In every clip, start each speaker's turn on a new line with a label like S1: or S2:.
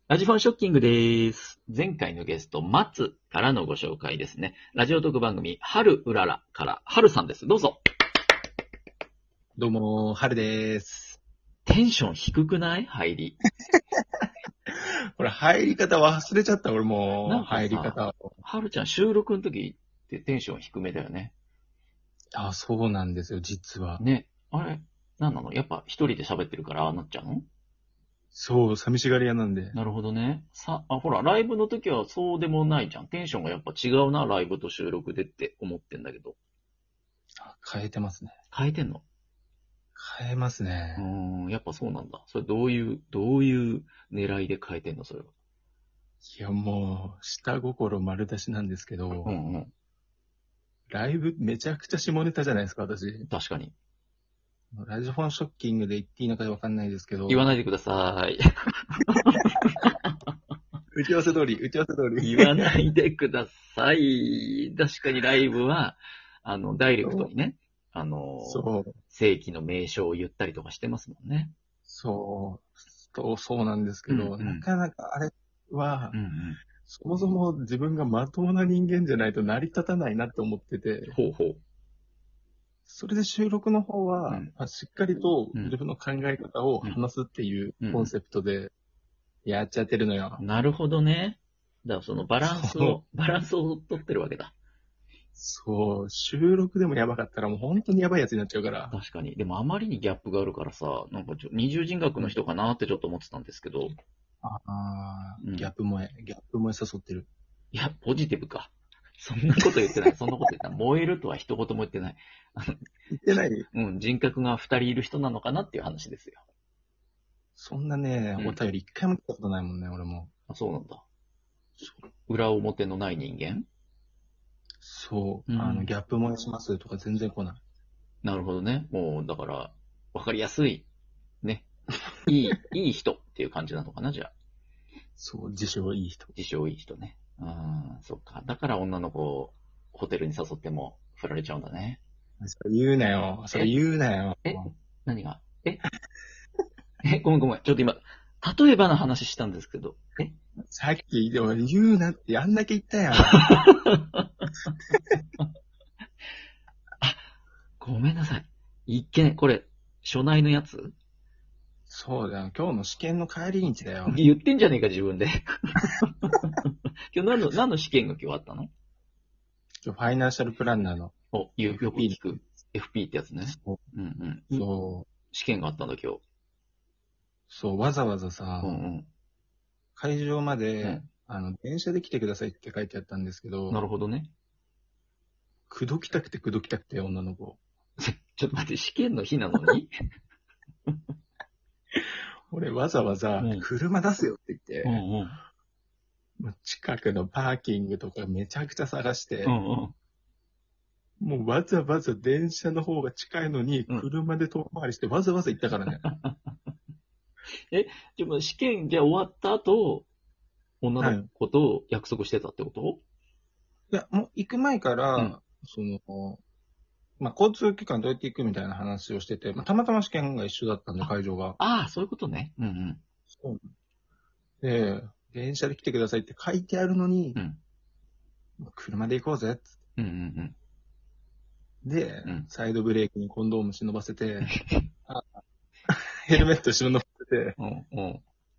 S1: ラジフォンショッキングです。前回のゲスト、松からのご紹介ですね。ラジオ特番組、春うららから、春さんです。どうぞ。
S2: どうも、はるでーす。
S1: テンション低くない入り。
S2: これ入り方忘れちゃった、俺もう、
S1: なんかさ、
S2: 入り方。
S1: 春ちゃん収録の時ってテンション低めだよね。
S2: あ、そうなんですよ、実は。
S1: ね。あれなんなのやっぱ一人で喋ってるからああなっちゃうの？
S2: そう、寂しがり屋なんで。
S1: なるほどね。ほら、ライブの時はそうでもないじゃん。テンションがやっぱ違うな、ライブと収録でって思ってんだけど。
S2: 変えてますね。
S1: 変えてんの？
S2: 変えますね。
S1: やっぱそうなんだ。それどういう狙いで変えてんのそれは。
S2: いや、もう、下心丸出しなんですけど、
S1: うんうん。
S2: ライブめちゃくちゃ下ネタじゃないですか、私。
S1: 確かに。
S2: ラジフォンショッキングで言っていいのかわかんないですけど、
S1: 言わないでください。
S2: 打ち合わせ通り。
S1: 言わないでください。確かにライブは、ダイレクトにね、
S2: そう、
S1: 正規の名称を言ったりとかしてますもんね。
S2: そうなんですけど、
S1: うんうん
S2: なかなかあれは、
S1: うんうん。
S2: そもそも自分がまともな人間じゃないと成り立たないなって思ってて、
S1: ほうほう。
S2: それで収録の方は、
S1: うん
S2: しっかりと
S1: うん
S2: 自分の考え方を話すっていう
S1: うん
S2: コンセプトでやっちゃってるのよ。
S1: なるほどね。だからそのバランス
S2: そう、
S1: を、バランスを取ってるわけだ。
S2: そう、収録でもやばかったらもう本当にやばいやつになっちゃうから。
S1: 確かに。でもあまりにギャップがあるからさ、なんか二重人格の人かなってちょっと思ってたんですけど。
S2: ギャップ萌え誘ってる。
S1: いや、ポジティブか。そんなこと言ってない。そんなこと言ってない。燃えるとは一言も言ってない。
S2: 言ってない？
S1: 人格が二人いる人なのかなっていう話ですよ。
S2: そんなね、
S1: うん
S2: お便り一回も来たことないもんね、俺も。
S1: あ、そうなんだ。裏表のない人間。
S2: そう、
S1: うん
S2: ギャップ萌えしますとか全然来ない。
S1: なるほどね。もう、だから、わかりやすい。ね。いい人っていう感じなのかな、じゃあ。
S2: そう、自称いい人。
S1: 自称いい人ね。そっか。だから女の子をホテルに誘っても振られちゃうんだね。
S2: それ言うなよ。それ言うなよ。
S1: え何がごめんごめん。ちょっと今、例えばの話したんですけど。
S2: さっき、でも言うなってやんだけ言ったやん。
S1: ごめんなさい。一見、これ、初内のやつ
S2: そうだよ。今日の試験の帰り道だよ。
S1: 言ってんじゃねえか、自分で。今日何の試験が今日あったの？
S2: 今日ファイナンシャルプランナーの。
S1: よく聞く。FP ってやつね。
S2: そう
S1: うんうん。
S2: そう、
S1: 試験があったんだ、今日。
S2: わざわざさ、
S1: うん
S2: 会場まで、
S1: うん
S2: 電車で来てくださいって書いてあったんですけ
S1: な
S2: ど、
S1: るほどね。
S2: 口説きたくて、女の子。
S1: ちょっと待って、試験の日なのに
S2: 俺わざわざ
S1: うん、
S2: 車出すよって言って、
S1: うん
S2: もう近くのパーキングとかめちゃくちゃ探して、
S1: うん
S2: もうわざわざ電車の方が近いのに、
S1: うん
S2: 車で遠回りしてわざわざ行ったからね。
S1: でも試験じゃ終わった後、女の子と約束してたってこと？
S2: いや、もう行く前から、
S1: うん
S2: 交通機関どうやって行くみたいな話をしてて、たまたま試験が一緒だったんで、会場が。
S1: ああ、そういうことね。うん
S2: そうで、電車で来てくださいって書いてあるのに、
S1: うん
S2: 車で行こうぜっつっ
S1: うんうん
S2: て、
S1: うん
S2: サイドブレーキにコンドーム忍ばせて、ヘルメット忍ばせて、
S1: うんうん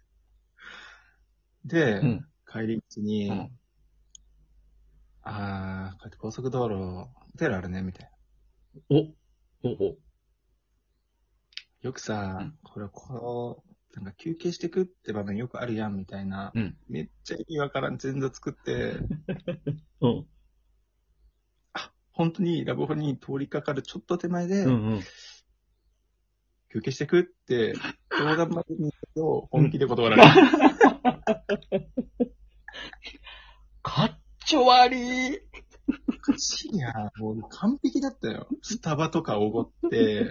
S2: で、
S1: うん
S2: 帰り道に、
S1: うん
S2: こうやって高速道路、ホテルあるね、みたいな。
S1: ほう。
S2: よくさ、
S1: うん
S2: なんか休憩してくって場面よくあるやん、みたいな。
S1: うん
S2: めっちゃ意味わからん前座作って、
S1: うん
S2: 本当にラブホに通りかかるちょっと手前で、
S1: うん
S2: 休憩してくって、冗談までに言うけど、本気で断られる。
S1: かっちょ悪い。
S2: いや、もう完璧だったよ。スタバとかおごって、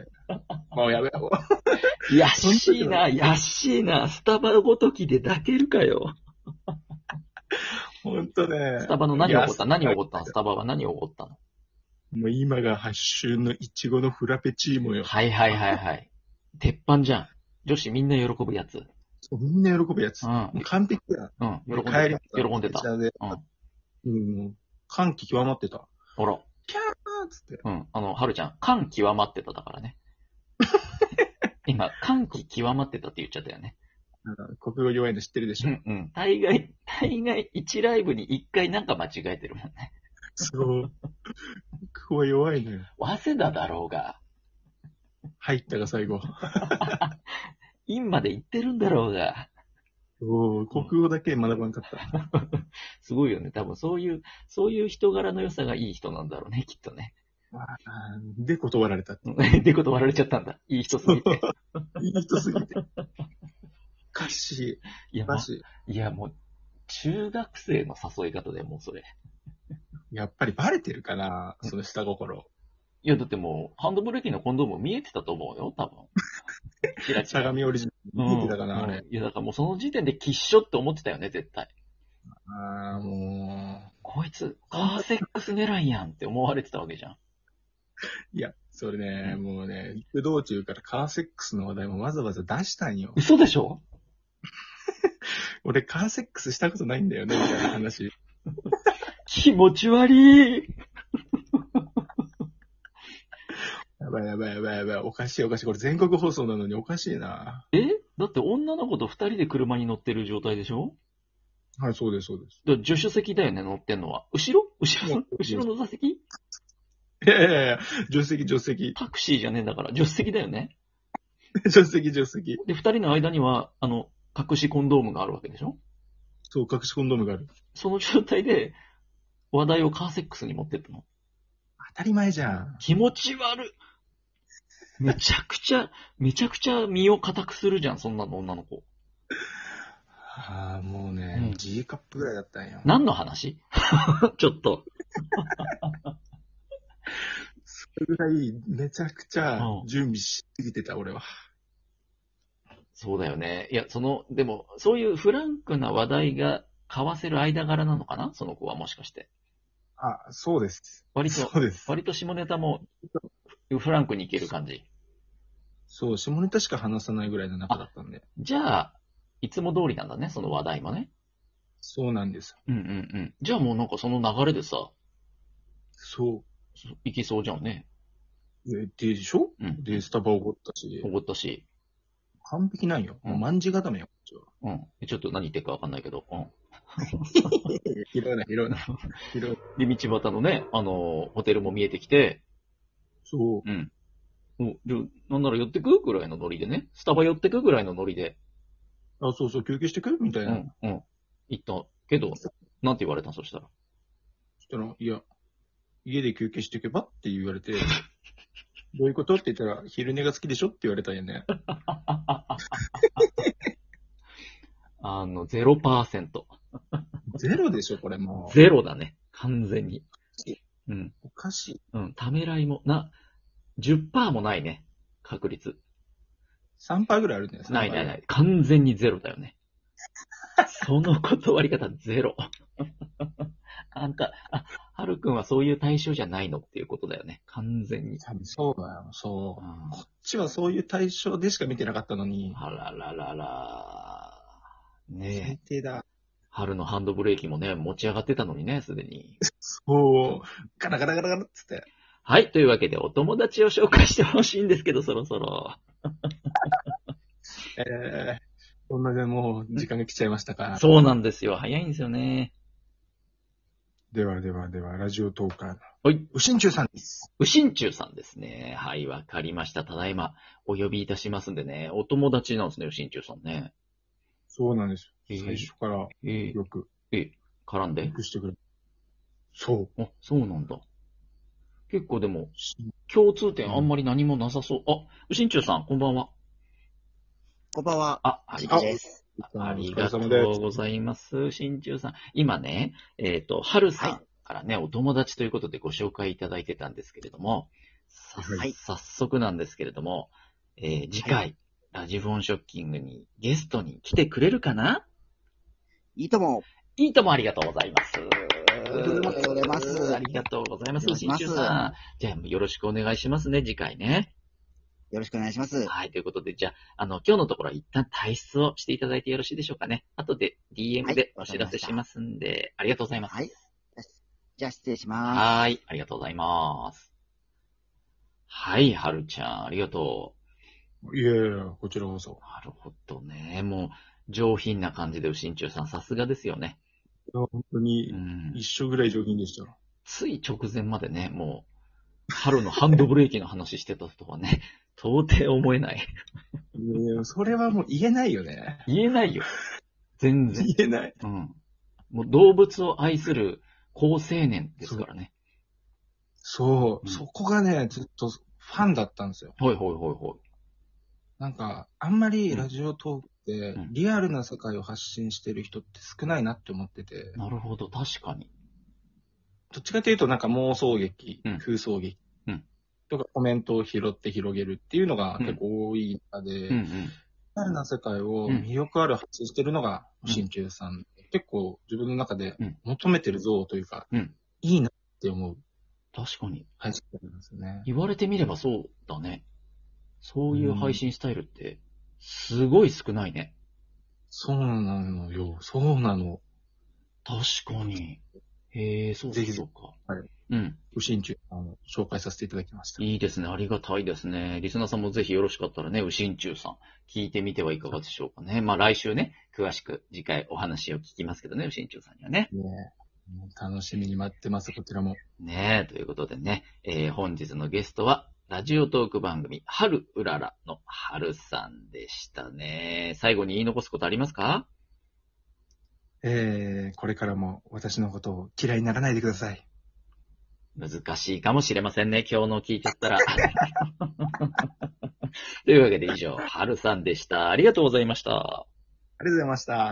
S2: もうやめよう。
S1: やっしいな。スタバごときで抱けるかよ。
S2: ほんとね。
S1: スタバの何をおごったの？スタバは何をおごったの？
S2: もう今が発旬のイチゴのフラペチーノよ。
S1: はい。鉄板じゃん。女子みんな喜ぶやつ。
S2: そうみんな喜ぶやつ。
S1: うん。
S2: 完璧だ。
S1: うん。喜んで
S2: 帰り
S1: た。喜んでた。
S2: 電車でうん。歓喜極まってた。
S1: ほら。
S2: キャーっつって。
S1: うん。はるちゃん、感極まってただからね。今、感極まってたって言っちゃったよね。
S2: なんか国語弱いの知ってるでしょ。
S1: うんうん。大概、1ライブに1回なんか間違えてるもんね。
S2: そう。国語弱いのよ。
S1: 早稲田だろうが、
S2: 入ったが最後。
S1: 院まで行ってるんだろうが。
S2: そう国語だけ学ばんかった。
S1: すごいよね。多分そういう人柄の良さがいい人なんだろうね、きっとね。
S2: で断られた。
S1: でこと割られちゃったんだ。いい人すぎて。
S2: いい人すぎて。おかしい。
S1: いや、
S2: おかしい。
S1: いやもう、中学生の誘い方でもうそれ。
S2: やっぱりバレてるかな、その下心。
S1: いや、だってもう、ハンドブレーキのコンドーム見えてたと思うよ、多分。キラキラ
S2: 相模オリジナル見えてたかな、あれ。
S1: いや、だからもうその時点できっしょって思ってたよね、絶対。
S2: も
S1: こいつ、カーセックス狙いやんって思われてたわけじゃん。
S2: う。いや、それね、もうね、行く道中からカーセックスの話題もわざわざ出したんよ。
S1: 嘘でしょ？
S2: 俺カーセックスしたことないんだよね、みたいな話。
S1: 気持ち悪い。
S2: やばいやばいやばいやばい。おかしいおかしい。これ全国放送なのにおかしいな。
S1: だって女の子と二人で車に乗ってる状態でしょ？
S2: はい、そうです、そうです。
S1: だから助手席だよね、乗ってんのは。後ろの座席？
S2: いやいやいや、助手席、助手席。
S1: タクシーじゃねえんだから、助手席だよね。
S2: 助手席、助手席。
S1: で、二人の間には、隠しコンドームがあるわけでしょ？
S2: そう、隠しコンドームがある。
S1: その状態で、話題をカーセックスに持ってったの。
S2: 当たり前じゃん。
S1: 気持ち悪い。めちゃくちゃ身を固くするじゃん、そんなの女の子。
S2: もうね、
S1: うん
S2: G カップぐらいだったんよ。
S1: 何の話ちょっと。
S2: それぐらい、めちゃくちゃ
S1: うん
S2: 準備しすぎてた、俺は。
S1: そうだよね。いや、でも、そういうフランクな話題が交わせる間柄なのかな、その子はもしかして。
S2: そうです。
S1: 割と
S2: そうです。
S1: 割と下ネタもフランクにいける感じ。
S2: そう、下ネタしか話さないぐらいの仲だったんで。
S1: じゃあ、いつも通りなんだね、その話題もね。
S2: そうなんです。
S1: うんうんうん。じゃあもうなんかその流れでさ、
S2: そ
S1: いきそうじゃんね。
S2: う。でしょ
S1: うん。
S2: で、スタバおごったし、
S1: おごったし。
S2: 完璧なんよ。もう卍固めよ、こっちは。
S1: うん。ちょっと何言ってるかわかんないけど。うん。
S2: 拾うな、拾うな。拾う。
S1: で、道端のね、ホテルも見えてきて、
S2: そう。
S1: うん。じゃあなんなら寄ってくぐらいのノリでね。スタバ寄ってくぐらいのノリで。
S2: そうそう、休憩してくみたいな。
S1: 行ったけど、なんて言われたんそしたら。
S2: そしたら、いや、家で休憩してけばって言われて、どういうことって言ったら、昼寝が好きでしょって言われたんよね。
S1: 0%。
S2: ゼロでしょ、これもう。
S1: ゼロだね。完全に。うん。
S2: おかしい。
S1: ためらいも、10% もないね。確率。
S2: 3%ぐらいあるんです
S1: ない。完全にゼロだよね。その断り方ゼロ。あんた、はるくんはそういう対象じゃないのっていうことだよね。完全に。
S2: 多分そうだよ、そう。
S1: うん
S2: こっちはそういう対象でしか見てなかったのに。
S1: あらららら。
S2: 最
S1: ねえ。
S2: 低だ。
S1: 春のハンドブレーキもね、持ち上がってたのにね、すでに。
S2: そう。ガラガラガラガラっつって。
S1: はい。というわけで、お友達を紹介してほしいんですけど、そろそろ。
S2: こんなでもう時間が来ちゃいましたか。
S1: そうなんですよ。早いんですよね。
S2: では、ラジオトーカーの。
S1: はい。
S2: うしんちゅうさんです。
S1: うしんちゅうさんですね。はい、わかりました。ただいま、お呼びいたしますんでね。お友達なんですね、うしんちゅうさんね。
S2: そうなんです
S1: えー
S2: よ。最初からよく、
S1: 絡んで。
S2: よくしてくれる。そ
S1: そうなんだ。結構でも、
S2: う。
S1: 共通点あんまり何もなさそう。うしんちゅうさん、こんばんは。
S3: こんばんは。
S1: ありがとう。
S3: です。
S1: ありがとうございます。しんちゅうさん。今ね、はるさんからね、お友達ということでご紹介いただいてたんですけれども、
S3: はい
S1: 早速なんですけれども、次回、ラジフォンショッキングにゲストに来てくれるかな？
S3: いいとも。
S1: いいともありがとうございます。
S3: ありがとうございます
S1: ありがとうございます。
S3: お願いします
S1: しんちゅうさん。じゃあ、よろしくお願いしますね、次回ね。
S3: よろしくお願いします。
S1: はい、ということで、じゃあ、今日のところは一旦退出をしていただいてよろしいでしょうかね。後で DM でお知らせしますんで、ありがとうございます。
S3: はい。じゃあ失礼します。
S1: はい、ありがとうございます。はい、はるちゃん、ありがと
S2: いやいや、こちらこそ。
S1: う。なるほどね。もう、上品な感じで、うしんちゅうさん、さすがですよね。
S2: いや本当
S1: う
S2: に、
S1: ん。
S2: 一緒ぐらい上品でした。
S1: つい直前までね、もう、春のハンドブレーキの話してたとはね、到底思えない。
S2: いや、それはもう言えないよね。
S1: 言えないよ。全然。
S2: 言えない。
S1: うん。もう動物を愛する好青年ですからね。
S2: そう、
S1: うん
S2: そこがね、ずっとファンだったんですよ。
S1: ほいほいほいほい。
S2: なんか、あんまりラジオトークで
S1: うん
S2: リアルな世界を発信してる人って少ないなって思ってて、
S1: なるほど、確かに。
S2: どっちかというとなんか妄想劇、
S1: うん
S2: 空想劇
S1: うん
S2: とかコメントを拾って広げるっていうのが結構多い中で、
S1: うんうん。
S2: リアルな世界を
S1: うん
S2: 魅力ある発信してるのが
S1: うん
S2: 新旧さん。結構自分の中で
S1: うん
S2: 求めてる像というか、
S1: うん。
S2: いいなって思う
S1: 確かに。
S2: 配信なんですよね。
S1: 言われてみればそうだね。そういう配信スタイルって、すごい少ないね。
S2: そうなのよ。そうなの。
S1: 確かに。へえ、そうか
S2: ぜひ
S1: そうか。
S2: はい。
S1: うん。
S2: 不審中、紹介させていただきました。
S1: いいですね。ありがたいですね。リスナーさんもぜひよろしかったらね、うしんちゅうさん、聞いてみてはいかがでしょうかね。まあ来週ね、詳しく次回お話を聞きますけどね、うしんちゅうさんにはね。
S2: ねえもう楽しみに待ってます、こちらも。
S1: ねえ、ということでね、本日のゲストは、ラジオトーク番組、春うららの春さんでしたね。最後に言い残すことありますか？
S2: これからも私のことを嫌いにならないでください。
S1: 難しいかもしれませんね、今日の聞いちゃったら。というわけで以上、春さんでした。ありがとうございました。
S2: ありがとうございました。